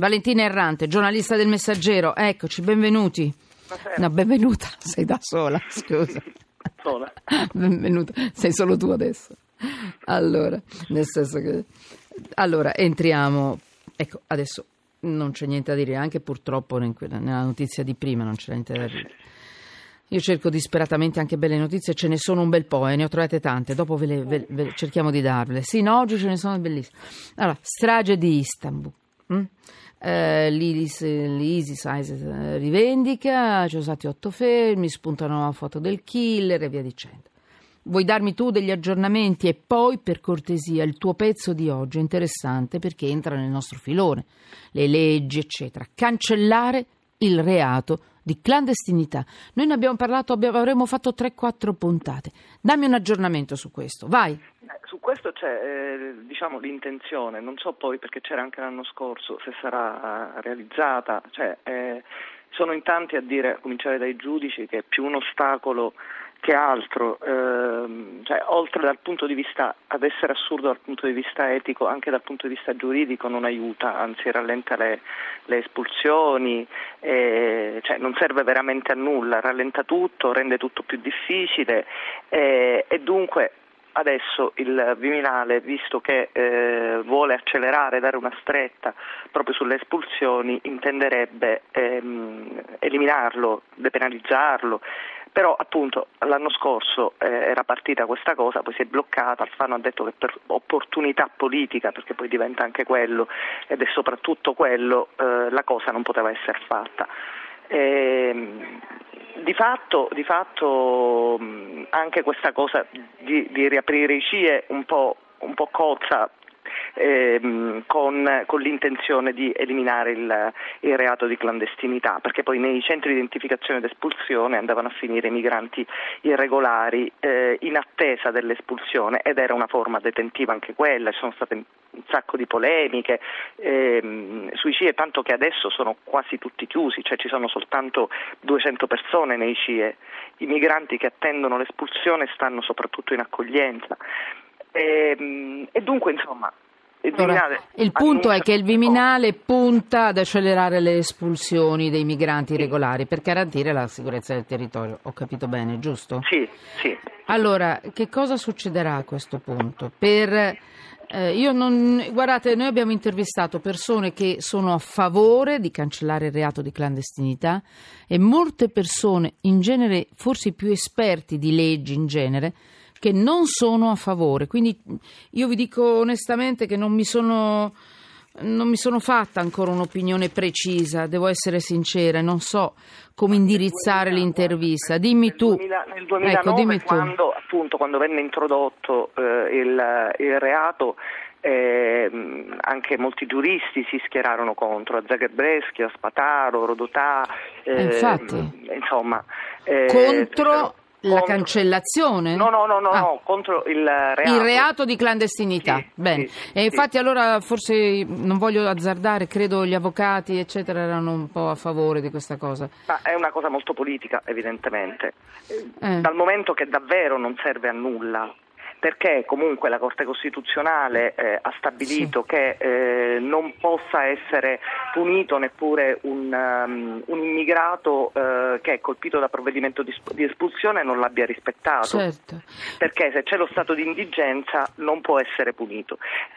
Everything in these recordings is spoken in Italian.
Valentina Errante, giornalista del Messaggero. Eccoci, benvenuti. Buonasera. No, benvenuta, sei da sola, scusa. Sola. Benvenuta, sei solo tu adesso. Allora, nel senso che... Allora, entriamo... Ecco, adesso non c'è niente da dire, anche purtroppo nella notizia di prima non c'è niente da dire. Io cerco disperatamente anche belle notizie, ce ne sono un bel po', ne ho trovate tante, dopo cerchiamo di darvele. Sì, no, oggi ce ne sono bellissime. Allora, strage di Istanbul. L'ISIS rivendica, ci sono stati 8 fermi, spuntano la foto del killer e via dicendo. Vuoi darmi tu degli aggiornamenti e poi, per cortesia, il tuo pezzo di oggi è interessante perché entra nel nostro filone, le leggi eccetera, cancellare il reato di clandestinità. Noi ne abbiamo parlato, avremmo fatto 3-4 puntate. Dammi un aggiornamento su questo, vai. Su questo c'è l'intenzione, non so poi perché c'era anche l'anno scorso se sarà realizzata, sono in tanti a dire, a cominciare dai giudici, che è più un ostacolo che altro, oltre dal punto di vista, ad essere assurdo dal punto di vista etico, anche dal punto di vista giuridico non aiuta, anzi rallenta le espulsioni, non serve veramente a nulla, rallenta tutto, rende tutto più difficile e dunque adesso il Viminale, visto che vuole accelerare, dare una stretta proprio sulle espulsioni, intenderebbe eliminarlo, depenalizzarlo. Però appunto l'anno scorso era partita questa cosa, poi si è bloccata, Alfano ha detto che per opportunità politica, perché poi diventa anche quello ed è soprattutto quello, la cosa non poteva essere fatta. Di fatto anche questa cosa di riaprire i CIE un po' cozza con l'intenzione di eliminare il reato di clandestinità, perché poi nei centri di identificazione ed espulsione andavano a finire i migranti irregolari in attesa dell'espulsione, ed era una forma detentiva anche quella. Ci sono state un sacco di polemiche sui CIE, tanto che adesso sono quasi tutti chiusi, cioè ci sono soltanto 200 persone nei CIE. I migranti che attendono l'espulsione stanno soprattutto in accoglienza. E dunque insomma il punto è che il Viminale punta ad accelerare le espulsioni dei migranti irregolari per garantire la sicurezza del territorio. Ho capito bene, giusto? Sì. Allora, che cosa succederà a questo punto? Guardate, noi abbiamo intervistato persone che sono a favore di cancellare il reato di clandestinità e molte persone, in genere, forse i più esperti di leggi in genere, che non sono a favore. Quindi io vi dico onestamente che non mi sono fatta ancora un'opinione precisa, devo essere sincera, non so come indirizzare l'intervista. Dimmi tu. Nel 2009, quando venne introdotto il reato, anche molti giuristi si schierarono contro, a Zagrebreschi, a Spataro, Rodotà, contro la cancellazione? No, contro il reato. Il reato di clandestinità. Sì, bene. Sì, e infatti allora forse non voglio azzardare, credo gli avvocati eccetera erano un po' a favore di questa cosa. Ma è una cosa molto politica, evidentemente, dal momento che davvero non serve a nulla. Perché comunque la Corte Costituzionale ha stabilito che non possa essere punito neppure un immigrato che è colpito da provvedimento di espulsione e non l'abbia rispettato. Certo. Perché se c'è lo stato di indigenza non può essere punito.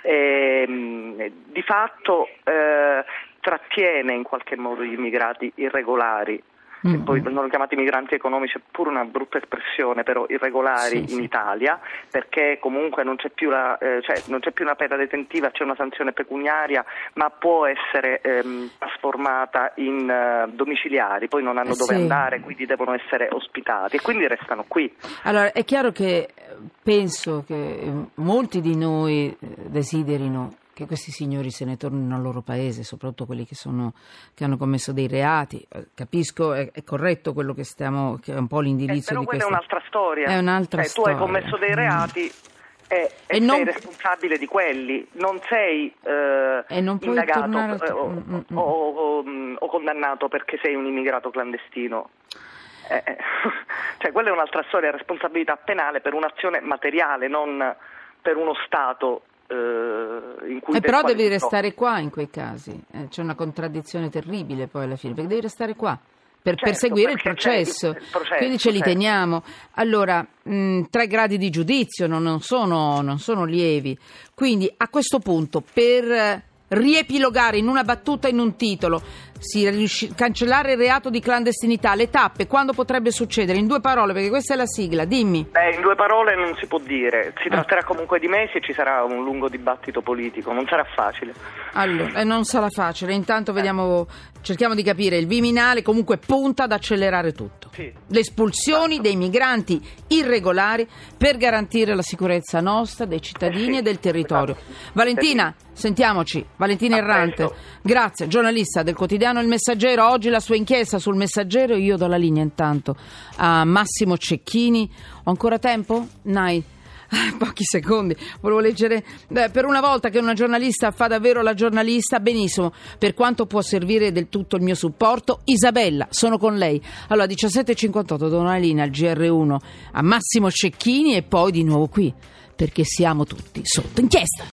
Di fatto trattiene in qualche modo gli immigrati irregolari. Che poi vengono chiamati migranti economici, è pure una brutta espressione, però irregolari in Italia, perché comunque non c'è più una pena detentiva, c'è una sanzione pecuniaria, ma può essere trasformata in domiciliari, poi non hanno dove andare, quindi devono essere ospitati e quindi restano qui. Allora, è chiaro che penso che molti di noi desiderino che questi signori se ne tornino al loro paese, soprattutto quelli che hanno commesso dei reati. Capisco, è corretto quello che è un po' l'indirizzo però di questa. questa. Però quella è un'altra storia. È un'altra storia. Tu hai commesso dei reati e sei responsabile di quelli, non sei indagato o condannato perché sei un immigrato clandestino. Quella è un'altra storia, responsabilità penale per un'azione materiale, non per uno Stato in cui però devi restare qua in quei casi, c'è una contraddizione terribile poi alla fine, perché devi restare qua per perseguire il processo, quindi ce li teniamo. Allora, 3 gradi di giudizio non sono lievi, quindi a questo punto, per riepilogare in una battuta, in un titolo, cancellare il reato di clandestinità, le tappe, quando potrebbe succedere? In 2 parole, perché questa è la sigla, dimmi. In 2 parole non si può dire, si tratterà comunque di mesi e ci sarà un lungo dibattito politico, non sarà facile. Allora, non sarà facile, intanto cerchiamo di capire, il Viminale comunque punta ad accelerare tutto. Sì. Le espulsioni dei migranti irregolari per garantire la sicurezza nostra, dei cittadini e del territorio. Valentina, sentiamoci, Valentina Errante, grazie, giornalista del quotidiano Il Messaggero. Oggi la sua inchiesta sul Messaggero. Io do la linea intanto a Massimo Cecchini. Ho ancora tempo? Pochi secondi, volevo leggere per una volta che una giornalista fa davvero la giornalista. Benissimo, per quanto può servire del tutto il mio supporto, Isabella, sono con lei. Allora 17:58 do una linea al GR1 a Massimo Cecchini e poi di nuovo qui, perché siamo tutti sotto inchiesta.